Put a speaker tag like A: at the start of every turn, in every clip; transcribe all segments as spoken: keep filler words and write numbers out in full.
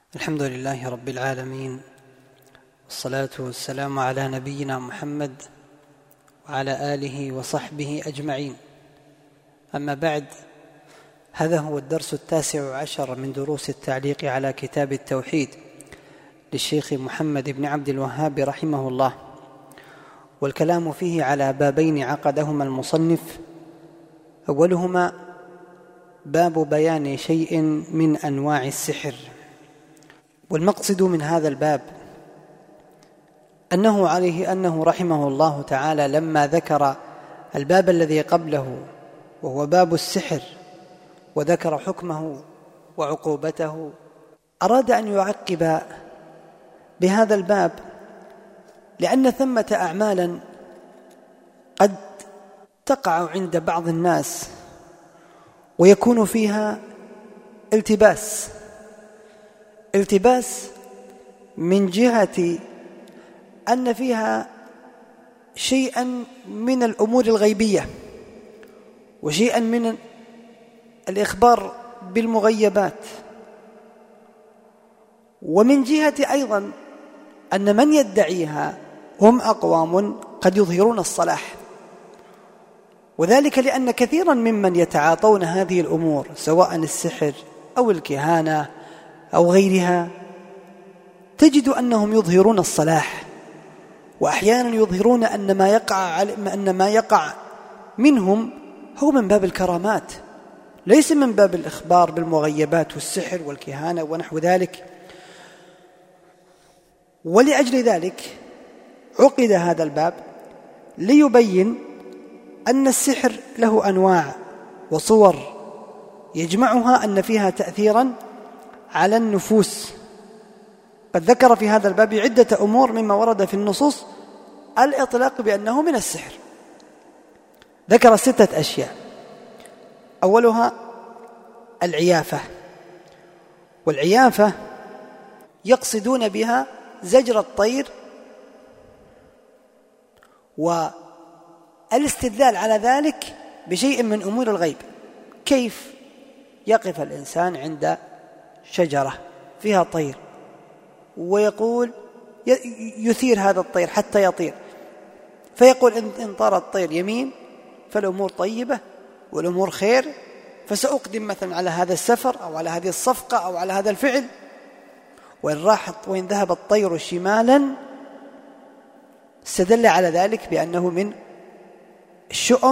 A: الحمد لله رب العالمين، والصلاة والسلام على نبينا محمد وعلى آله وصحبه أجمعين. أما بعد، هذا هو الدرس التاسع عشر من دروس التعليق على كتاب التوحيد للشيخ محمد بن عبد الوهاب رحمه الله، والكلام فيه على بابين عقدهما المصنف. أولهما باب بيان شيء من أنواع السحر، والمقصد من هذا الباب أنه عليه أنه رحمه الله تعالى لما ذكر الباب الذي قبله وهو باب السحر وذكر حكمه وعقوبته، أراد أن يعقب بهذا الباب، لأن ثمة أعمالا قد تقع عند بعض الناس ويكون فيها التباس التباس من جهة أن فيها شيئا من الأمور الغيبية وشيئا من الإخبار بالمغيبات، ومن جهة أيضا أن من يدعيها هم أقوام قد يظهرون الصلاح، وذلك لأن كثيرا ممن يتعاطون هذه الأمور سواء السحر أو الكهانة أو غيرها تجد أنهم يظهرون الصلاح، وأحيانا يظهرون أن ما يقع أن ما يقع منهم هو من باب الكرامات، ليس من باب الإخبار بالمغيبات والسحر والكهانة ونحو ذلك. ولأجل ذلك عقد هذا الباب ليبين أن السحر له أنواع وصور، يجمعها أن فيها تأثيرا على النفوس. قد ذكر في هذا الباب عدة أمور مما ورد في النصوص الإطلاق بأنه من السحر. ذكر ستة أشياء، أولها العيافة، والعيافة يقصدون بها زجر الطير والاستدلال على ذلك بشيء من أمور الغيب. كيف يقف الإنسان عند شجرة فيها طير ويقول يثير هذا الطير حتى يطير، فيقول إن طار الطير يمين فالأمور طيبة والأمور خير، فسأقدم مثلا على هذا السفر أو على هذه الصفقة أو على هذا الفعل، وإن راح وإن ذهب الطير شمالا استدل على ذلك بأنه من الشؤم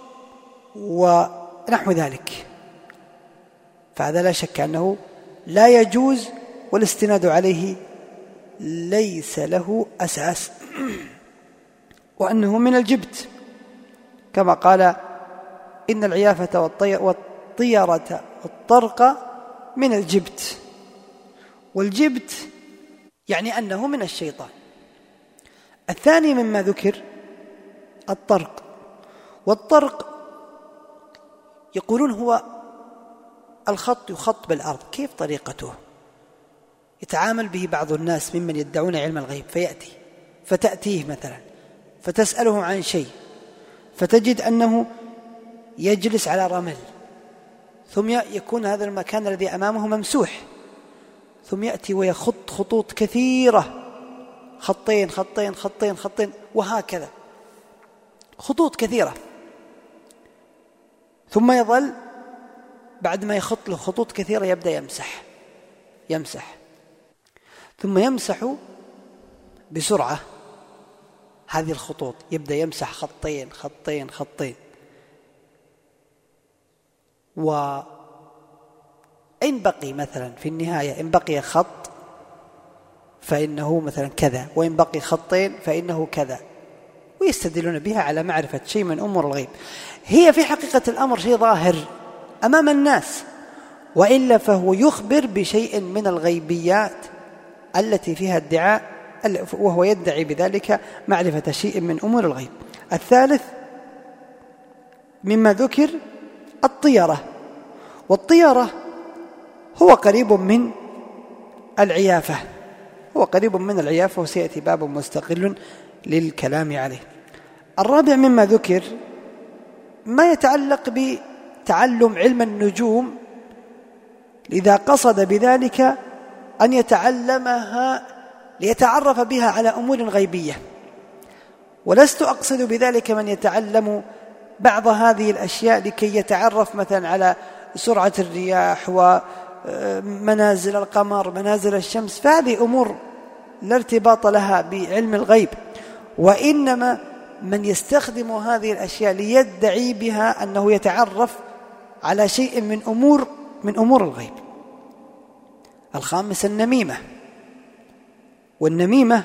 A: ونحو ذلك. فهذا لا شك أنه لا يجوز، والاستناد عليه ليس له أساس، وأنه من الجبت، كما قال إن العيافة والطيرة والطرق من الجبت، والجبت يعني أنه من الشيطان. الثاني مما ذكر الطرق، والطرق يقولون هو الخط يخط بالأرض. كيف طريقته؟ يتعامل به بعض الناس ممن يدعون علم الغيب، فيأتي فتأتيه مثلا فتسأله عن شيء فتجد أنه يجلس على رمل، ثم يكون هذا المكان الذي أمامه ممسوح، ثم يأتي ويخط خطوط كثيرة، خطين خطين خطين خطين وهكذا خطوط كثيرة، ثم يظل بعد ما يخط له خطوط كثيرة يبدأ يمسح يمسح ثم يمسح بسرعة هذه الخطوط، يبدأ يمسح خطين خطين خطين، وإن بقي مثلا في النهاية إن بقي خط فإنه مثلا كذا، وإن بقي خطين فإنه كذا، ويستدلون بها على معرفة شيء من أمور الغيب. هي في حقيقة الأمر شيء ظاهر أمام الناس، وإلا فهو يخبر بشيء من الغيبيات التي فيها ادعاء، وهو يدعي بذلك معرفة شيء من أمور الغيب. الثالث مما ذكر الطيرة، والطيرة هو قريب من العيافة هو قريب من العيافة وسيأتي باب مستقل للكلام عليه. الرابع مما ذكر ما يتعلق بتعلم علم النجوم، إذا قصد بذلك أن يتعلمها ليتعرف بها على أمور غيبية. ولست أقصد بذلك من يتعلم بعض هذه الأشياء لكي يتعرف مثلا على سرعة الرياح ومنازل القمر منازل الشمس، فهذه أمور لا ارتباط لها بعلم الغيب، وإنما من يستخدم هذه الأشياء ليدعي بها أنه يتعرف على شيء من أمور من أمور الغيب. الخامس النميمة. والنميمة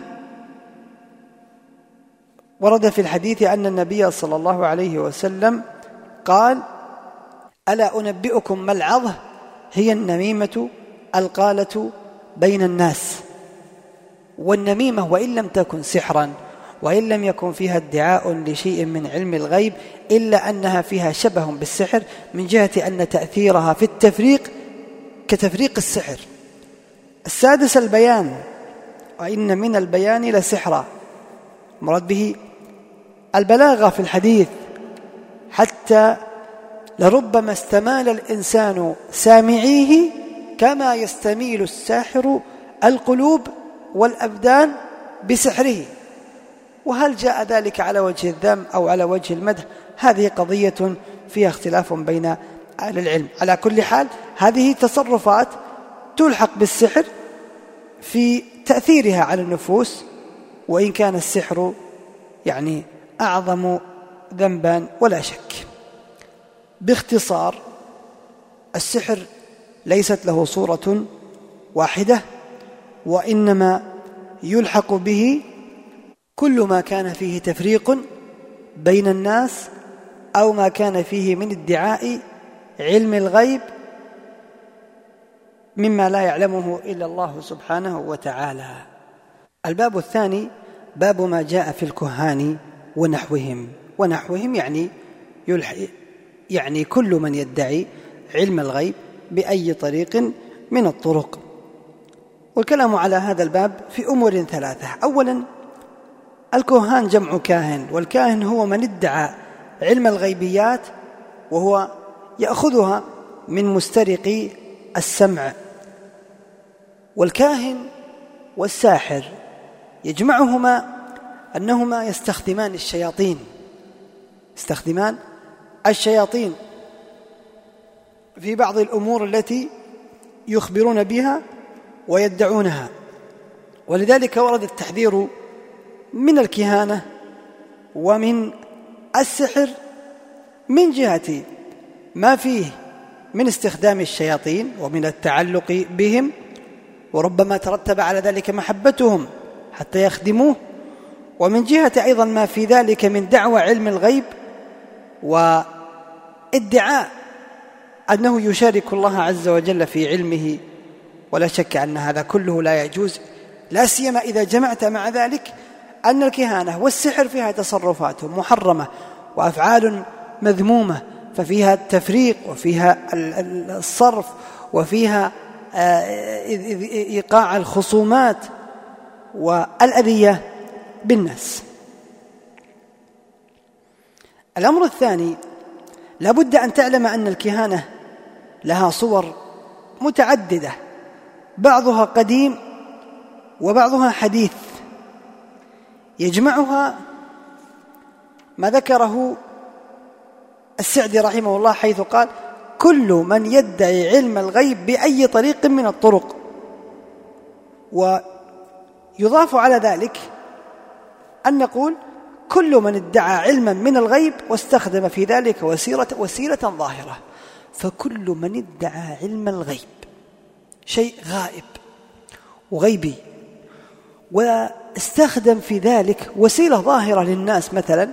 A: ورد في الحديث أن النبي صلى الله عليه وسلم قال: ألا أنبئكم ما العظة؟ هي النميمة القالة بين الناس. والنميمة وإن لم تكن سحرا وإن لم يكن فيها ادعاء لشيء من علم الغيب، إلا أنها فيها شبه بالسحر من جهة أن تأثيرها في التفريق كتفريق السحر. السادس البيان، وإن من البيان لسحرا، مراد به البلاغة في الحديث، حتى لربما استمال الإنسان سامعيه كما يستميل الساحر القلوب والأبدان بسحره. وهل جاء ذلك على وجه الذم أو على وجه المدح؟ هذه قضية فيها اختلاف بين أهل العلم. على كل حال هذه تصرفات تلحق بالسحر في تأثيرها على النفوس، وإن كان السحر يعني أعظم ذنبا ولا شك. باختصار، السحر ليست له صورة واحدة، وإنما يلحق به كل ما كان فيه تفريق بين الناس أو ما كان فيه من ادعاء علم الغيب مما لا يعلمه إلا الله سبحانه وتعالى. الباب الثاني باب ما جاء في الكهان ونحوهم. ونحوهم يعني يعني كل من يدعي علم الغيب بأي طريق من الطرق. والكلام على هذا الباب في أمور ثلاثة. أولا، الكهان جمع كاهن، والكاهن هو من ادعى علم الغيبيات وهو يأخذها من مسترق السمع. والكاهن والساحر يجمعهما أنهما يستخدمان الشياطين يستخدمان الشياطين في بعض الأمور التي يخبرون بها ويدعونها. ولذلك ورد التحذير من الكهانة ومن السحر من جهة ما فيه من استخدام الشياطين ومن التعلق بهم، وربما ترتب على ذلك محبتهم حتى يخدموه، ومن جهة أيضا ما في ذلك من دعوى علم الغيب وادعاء أنه يشارك الله عز وجل في علمه. ولا شك أن هذا كله لا يجوز، لا سيما إذا جمعت مع ذلك أن الكهانة والسحر فيها تصرفات محرمة وأفعال مذمومة، ففيها التفريق وفيها الصرف وفيها إيقاع الخصومات والأذية بالناس. الأمر الثاني، لابد أن تعلم أن الكهانة لها صور متعددة، بعضها قديم وبعضها حديث. يجمعها ما ذكره السعدي رحمه الله حيث قال: كل من يدعي علم الغيب بأي طريق من الطرق. ويضاف على ذلك أن نقول كل من ادعى علما من الغيب واستخدم في ذلك وسيلة, وسيلة ظاهرة. فكل من ادعى علم الغيب، شيء غائب وغيبي، واستخدم في ذلك وسيلة ظاهرة للناس مثلا،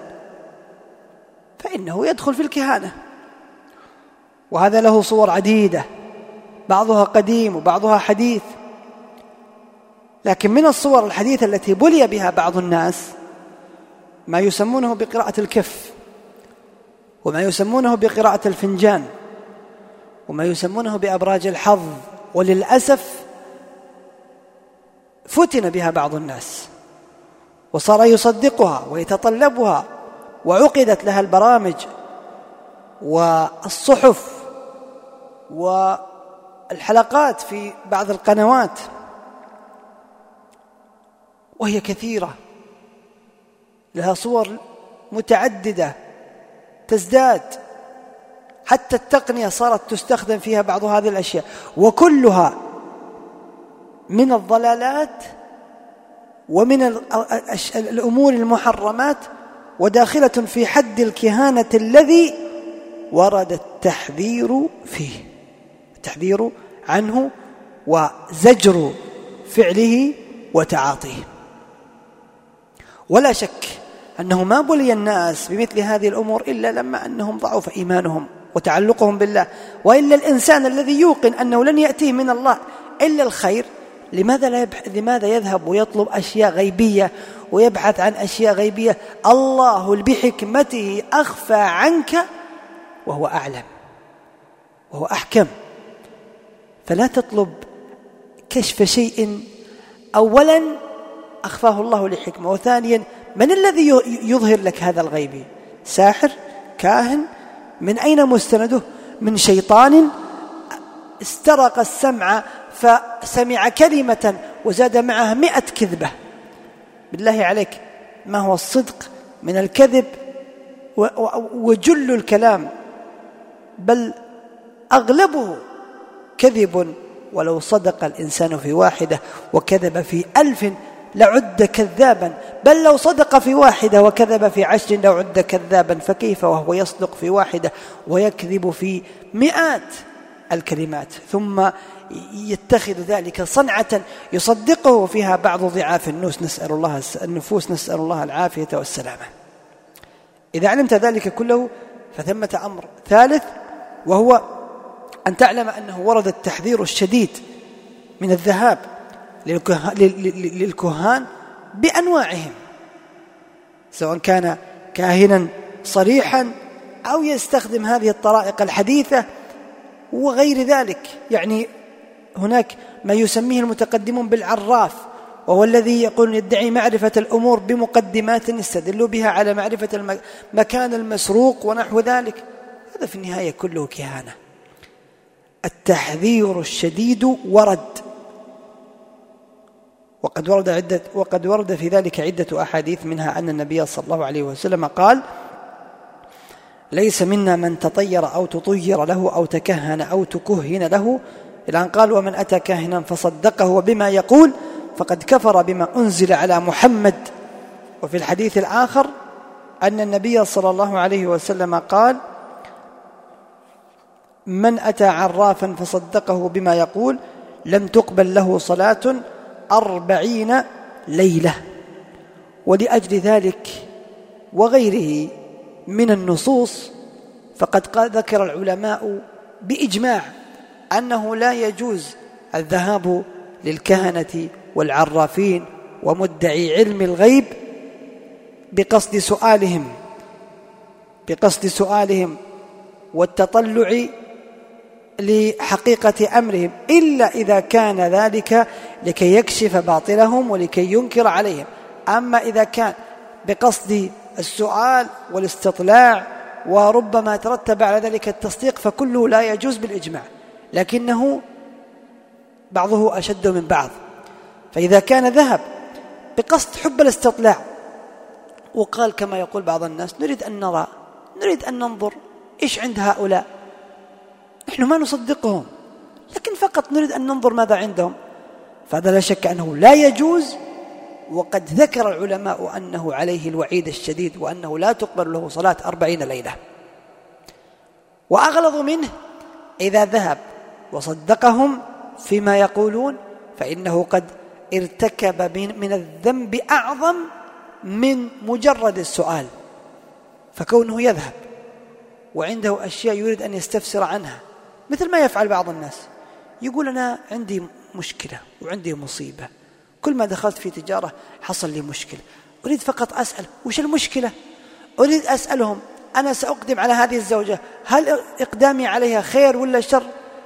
A: فإنه يدخل في الكهانة. وهذا له صور عديدة، بعضها قديم وبعضها حديث. لكن من الصور الحديثة التي بلي بها بعض الناس ما يسمونه بقراءة الكف، وما يسمونه بقراءة الفنجان، وما يسمونه بأبراج الحظ. وللأسف فتن بها بعض الناس وصار يصدقها ويتطلبها، وعقدت لها البرامج والصحف والحلقات في بعض القنوات وهي كثيرة، لها صور متعددة تزداد، حتى التقنية صارت تستخدم فيها بعض هذه الأشياء، وكلها من الضلالات ومن الأمور المحرمات، وداخلة في حد الكهانة الذي ورد التحذير فيه، التحذير عنه وزجر فعله وتعاطيه. ولا شك أنه ما بلي الناس بمثل هذه الأمور إلا لما أنهم ضعف إيمانهم وتعلقهم بالله، وإلا الإنسان الذي يوقن أنه لن يأتيه من الله إلا الخير، لماذا لا يبحث لماذا يذهب ويطلب أشياء غيبية ويبحث عن أشياء غيبية الله بحكمته أخفى عنك وهو أعلم وهو أحكم؟ فلا تطلب كشف شيء أولا أخفاه الله لحكمة، وثانيا من الذي يظهر لك هذا الغيب؟ ساحر؟ كاهن؟ من أين مستنده؟ من شيطان استرق السمع فسمع كلمة وزاد معها مئة كذبة. بالله عليك، ما هو الصدق من الكذب وجل الكلام، بل أغلبه كذب، ولو صدق الإنسان في واحدة وكذب في ألف لعد كذابا، بل لو صدق في واحدة وكذب في عشر لعد كذابا، فكيف وهو يصدق في واحدة ويكذب في مئات الكلمات، ثم يتخذ ذلك صنعة يصدقه فيها بعض ضعاف النفوس، نسأل الله النفوس نسأل الله العافية والسلامة. إذا علمت ذلك كله فثمة أمر ثالث، وهو أن تعلم أنه ورد التحذير الشديد من الذهاب للكهان بأنواعهم، سواء كان كاهنا صريحا أو يستخدم هذه الطرائق الحديثة وغير ذلك. يعني هناك ما يسميه المتقدمون بالعراف، وهو الذي يقول يدعي معرفة الأمور بمقدمات يستدل بها على معرفة المكان المسروق ونحو ذلك. هذا في النهاية كله كهانة. التحذير الشديد ورد، وقد ورد عدة وقد ورد في ذلك عدة أحاديث، منها أن النبي صلى الله عليه وسلم قال: ليس منا من تطير أو تطير له أو تكهن أو تكهن له، إلى أن قال: ومن أتى كاهنا فصدقه بما يقول فقد كفر بما أنزل على محمد. وفي الحديث الآخر أن النبي صلى الله عليه وسلم قال: من أتى عرافا فصدقه بما يقول لم تقبل له صلاة أربعين ليلة. ولأجل ذلك وغيره من النصوص فقد ذكر العلماء بإجماع أنه لا يجوز الذهاب للكهنة والعرافين ومدعي علم الغيب بقصد سؤالهم بقصد سؤالهم والتطلع لحقيقة أمرهم، إلا إذا كان ذلك لكي يكشف باطلهم ولكي ينكر عليهم. أما إذا كان بقصد السؤال والاستطلاع وربما ترتب على ذلك التصديق فكله لا يجوز بالإجماع، لكنه بعضه أشد من بعض. فإذا كان ذهب بقصد حب الاستطلاع وقال كما يقول بعض الناس: نريد أن نرى نريد أن ننظر إيش عند هؤلاء، نحن ما نصدقهم لكن فقط نريد أن ننظر ماذا عندهم، فهذا لا شك أنه لا يجوز. وقد ذكر العلماء أنه عليه الوعيد الشديد، وأنه لا تقبل له صلاة أربعين ليلة. وأغلظ منه إذا ذهب وصدقهم فيما يقولون فإنه قد ارتكب من الذنب أعظم من مجرد السؤال. فكونه يذهب وعنده أشياء يريد أن يستفسر عنها، مثل ما يفعل بعض الناس، يقول: أنا عندي مشكلة وعندي مصيبة، كل ما دخلت في تجارة حصل لي مشكلة، أريد فقط أسأل وش المشكلة، أريد أسألهم أنا سأقدم على هذه الزوجة، هل إقدامي عليها خير ولا شر؟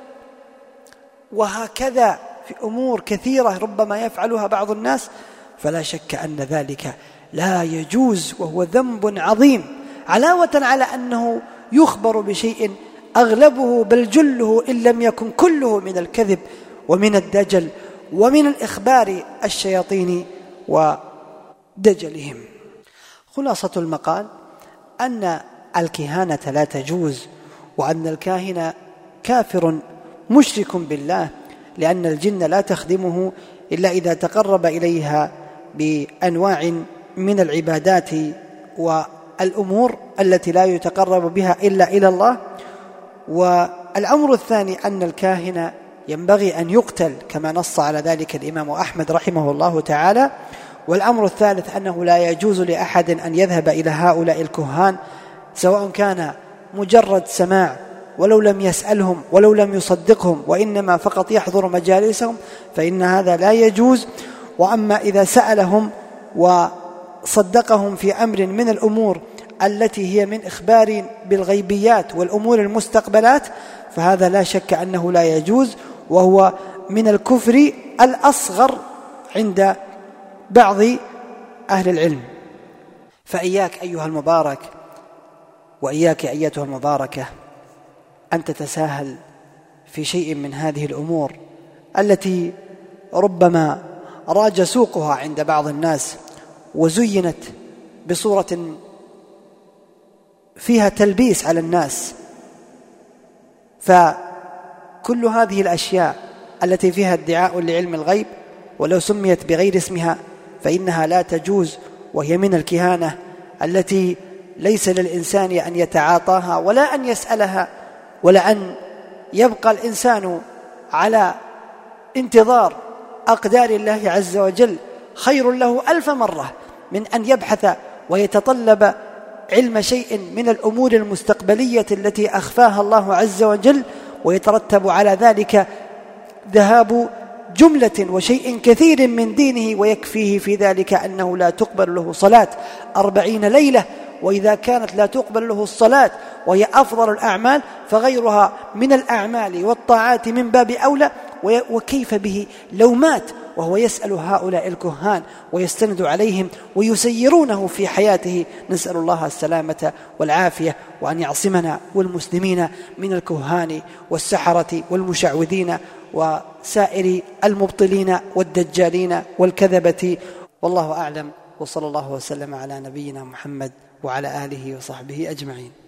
A: وهكذا في أمور كثيرة ربما يفعلها بعض الناس. فلا شك أن ذلك لا يجوز، وهو ذنب عظيم، علاوة على أنه يخبر بشيء أغلبه بل جله إن لم يكن كله من الكذب ومن الدجل ومن الإخبار الشياطين ودجلهم. خلاصة المقال أن الكهانة لا تجوز، وأن الكاهن كافر مشرك بالله، لأن الجن لا تخدمه إلا إذا تقرب إليها بأنواع من العبادات والأمور التي لا يتقرب بها إلا إلى الله. والأمر الثاني أن الكاهن ينبغي أن يقتل كما نص على ذلك الإمام أحمد رحمه الله تعالى. والأمر الثالث أنه لا يجوز لأحد أن يذهب إلى هؤلاء الكهان سواء كان مجرد سماع ولو لم يسألهم ولو لم يصدقهم، وإنما فقط يحضر مجالسهم، فإن هذا لا يجوز. وأما إذا سألهم وصدقهم في أمر من الأمور التي هي من إخبار بالغيبيات والأمور المستقبلات، فهذا لا شك أنه لا يجوز، وهو من الكفر الأصغر عند بعض أهل العلم. فإياك أيها المبارك وإياك أيتها المباركة أن تتساهل في شيء من هذه الأمور التي ربما راج سوقها عند بعض الناس وزينت بصورة فيها تلبيس على الناس. فكل هذه الأشياء التي فيها ادعاء لعلم الغيب ولو سميت بغير اسمها فإنها لا تجوز، وهي من الكهانة التي ليس للإنسان أن يتعاطاها ولا أن يسألها، ولا أن يبقى الإنسان على انتظار أقدار الله عز وجل، خير له ألف مرة من أن يبحث ويتطلب علم شيء من الأمور المستقبلية التي أخفاها الله عز وجل، ويترتب على ذلك ذهاب جملة وشيء كثير من دينه، ويكفيه في ذلك أنه لا تقبل له صلاة أربعين ليلة. وإذا كانت لا تقبل له الصلاة وهي أفضل الأعمال فغيرها من الأعمال والطاعات من باب أولى. وكيف به لو مات وهو يسأل هؤلاء الكهان ويستند عليهم ويسيرونه في حياته؟ نسأل الله السلامة والعافية، وأن يعصمنا والمسلمين من الكهان والسحرة والمشعوذين وسائر المبطلين والدجالين والكذبة. والله أعلم، وصلى الله وسلم على نبينا محمد وعلى آله وصحبه أجمعين.